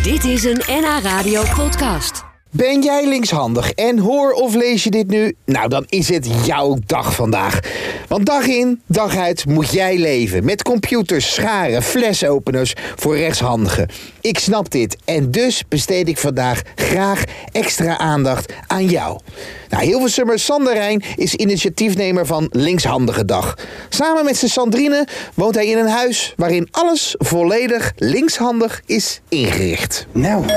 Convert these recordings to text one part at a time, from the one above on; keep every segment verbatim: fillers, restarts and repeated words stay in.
Dit is een N H Radio podcast. Ben jij linkshandig en hoor of lees je dit nu? Nou, dan is het jouw dag vandaag. Want dag in, dag uit moet jij leven. Met computers, scharen, flesopeners voor rechtshandigen. Ik snap dit en dus besteed ik vandaag graag extra aandacht aan jou. Nou, Hilversummer Sander Rijn is initiatiefnemer van Linkshandige Dag. Samen met zijn Sandrine woont hij in een huis waarin alles volledig linkshandig is ingericht. Nou,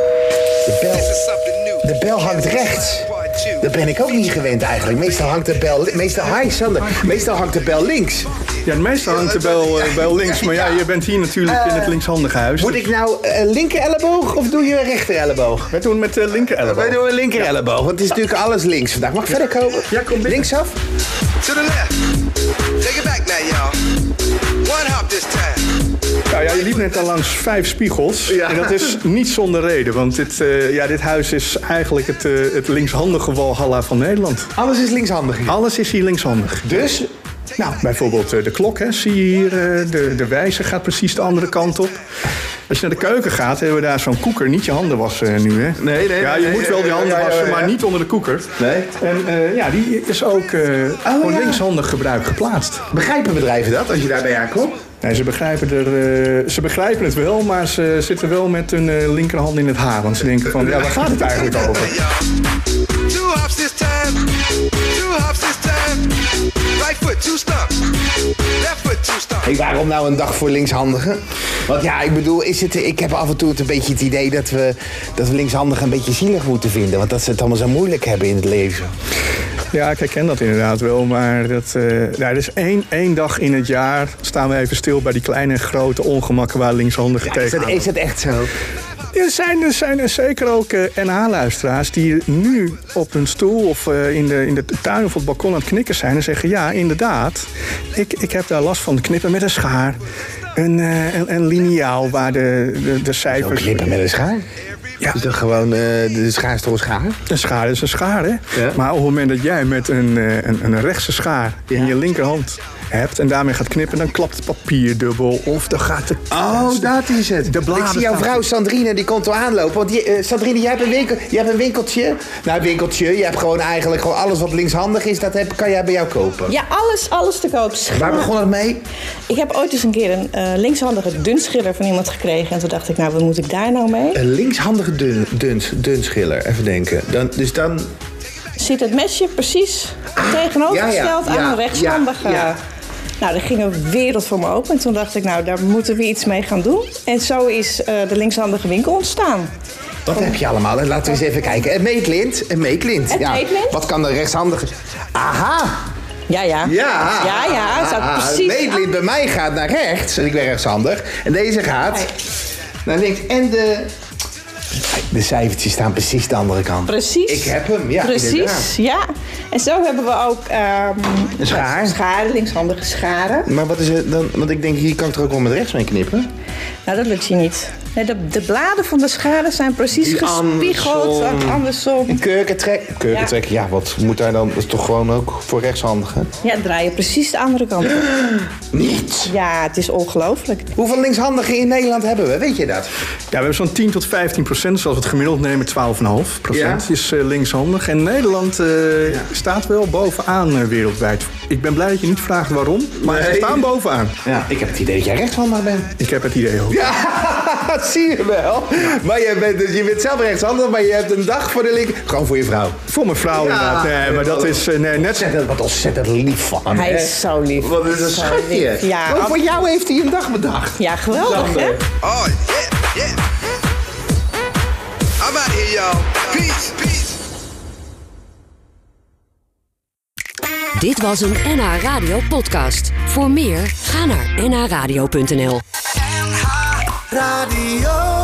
de bel, de bel hangt rechts. Dat ben ik ook niet gewend eigenlijk. Meestal hangt de bel, meestal, hi Sander, meestal hangt de bel links. Ja, meestal hangt de bel, uh, bel links, maar ja, je bent hier natuurlijk uh, in het linkshandige huis. Moet ik nou uh, linker elleboog of doe je een rechter elleboog? Wij doen met de uh, linker elleboog. Wij doen een linker elleboog, want het is natuurlijk alles links vandaag. Mag ik verder komen? Ja, kom binnen. Linksaf? To the left. Take it back now, y'all. One hop this time. Nou ja, je liep net al langs vijf spiegels. Ja. En dat is niet zonder reden, want dit, uh, ja, dit huis is eigenlijk het, uh, het linkshandige Walhalla van Nederland. Alles is linkshandig hier? Alles is hier linkshandig. Dus? Nou, bijvoorbeeld uh, de klok, hè, zie je hier. Uh, de, de wijzer gaat precies de andere kant op. Als je naar de keuken gaat, hebben we daar zo'n koeker. Niet je handen wassen nu, hè? Nee, nee. Ja, je nee, moet wel die handen ja, ja, ja, wassen, ja. maar niet onder de koeker. Nee. En uh, ja, die is ook uh, oh, voor ja. linkshandig gebruik geplaatst. Begrijpen bedrijven dat, als je daarbij aankomt? Nee, ze begrijpen, er, uh, ze begrijpen het wel, maar ze zitten wel met hun uh, linkerhand in het haar. Want ze denken van, ja, waar gaat het eigenlijk over? Two hops this time. Two hops this time. Right foot, two stumps. Left foot, two stumps. Hey, waarom nou een dag voor linkshandigen? Want ja, ik bedoel, is het, ik heb af en toe het een beetje het idee dat we, dat we linkshandigen een beetje zielig moeten vinden. Want dat ze het allemaal zo moeilijk hebben in het leven. Ja, ik herken dat inderdaad wel, maar dat, uh, nou, er is één, één dag in het jaar staan we even stil bij die kleine en grote ongemakken waar linkshandigen Ja, tegenaan. is, is het echt zo? Er zijn, er zijn er zeker ook uh, N H-luisteraars die nu op hun stoel of uh, in, de, in de tuin of op het balkon aan het knikken zijn en zeggen, ja, inderdaad, ik, ik heb daar last van knippen met een schaar. Een, uh, een, een liniaal waar de, de, de cijfers... Zo knippen met een schaar? Ja. Is dat gewoon, uh, de schaar is toch een schaar? Een schaar is een schaar, hè? Ja. Maar op het moment dat jij met een, een, een rechtse schaar ja. in je linkerhand hebt en daarmee gaat knippen, dan klapt het papier dubbel of dan gaat de... Oh, dat is het. De ik zie jouw vrouw Sandrine, die komt al aanlopen. Want die, uh, Sandrine, jij hebt, een winkel, jij hebt een winkeltje. Nou, een winkeltje. Je hebt gewoon eigenlijk gewoon alles wat linkshandig is, dat heb, kan jij bij jou kopen. Ja, alles, alles te koop. Schaar. Waar begon het mee? Ik heb ooit eens een keer een uh, linkshandige dunschiller van iemand gekregen. En toen dacht ik, nou, wat moet ik daar nou mee? Een linkshandige dun, duns, dunschiller, even denken. Dan, dus dan... Zit het mesje precies ah, tegenovergesteld ja, ja, aan ja, een rechtshandige... Ja, ja. Nou, er ging een wereld voor me open. En toen dacht ik, nou, daar moeten we iets mee gaan doen. En zo is uh, de linkshandige winkel ontstaan. Wat Om... heb je allemaal? Laten we eens even kijken. Een meetlint. Een meetlint. Het ja. meetlint. Wat kan de rechtshandige... Aha! Ja, ja. Ja, ja, ja. Zou precies... De meetlint bij mij gaat naar rechts. En ik ben rechtshandig. En deze gaat hey. naar links. En de... De cijfertjes staan precies de andere kant. Precies. Ik heb hem, ja. Precies, inderdaad. ja. En zo hebben we ook... Um, een schaar. Scharen, linkshandige scharen. Maar wat is het dan? Want ik denk, hier kan ik er ook wel met rechts mee knippen. Nou, dat lukt je niet. Nee, de, de bladen van de scharen zijn precies Die gespiegeld. Andersom. andersom. Een kurkentrek. Kurkentrek, ja. ja, wat moet daar dan? Dat is toch gewoon ook voor rechtshandigen? Ja, draai je precies de andere kant op. Niet? Ja, het is ongelooflijk. Hoeveel linkshandigen in Nederland hebben we? Weet je dat? Ja, we hebben zo'n tien tot vijftien procent. Zoals we het gemiddeld nemen, twaalf komma vijf procent ja. is uh, linkshandig. En Nederland uh, ja. staat wel bovenaan uh, wereldwijd. Ik ben blij dat je niet vraagt waarom, maar nee. ze staan bovenaan. Ja, ik heb het idee dat jij rechtshandig bent. Ik heb het idee ook. Ja, dat zie je wel. Ja. Maar je bent, dus je bent zelf rechtshandig, maar je hebt een dag voor de linker. Gewoon voor je vrouw. Voor mijn vrouw, ja. inderdaad. Nee, maar dat is uh, nee, net... Ontzettend, wat ontzettend lief van hem. Hij is zo lief. Wat is een schatje. Ja, oh, voor jou heeft hij een dag bedacht. Ja, geweldig, hè? Oh, yeah, yeah. I'm out here, y'all. Peace, peace. Dit was een N H Radio podcast. Voor meer, ga naar n h radio punt n l. N H Radio.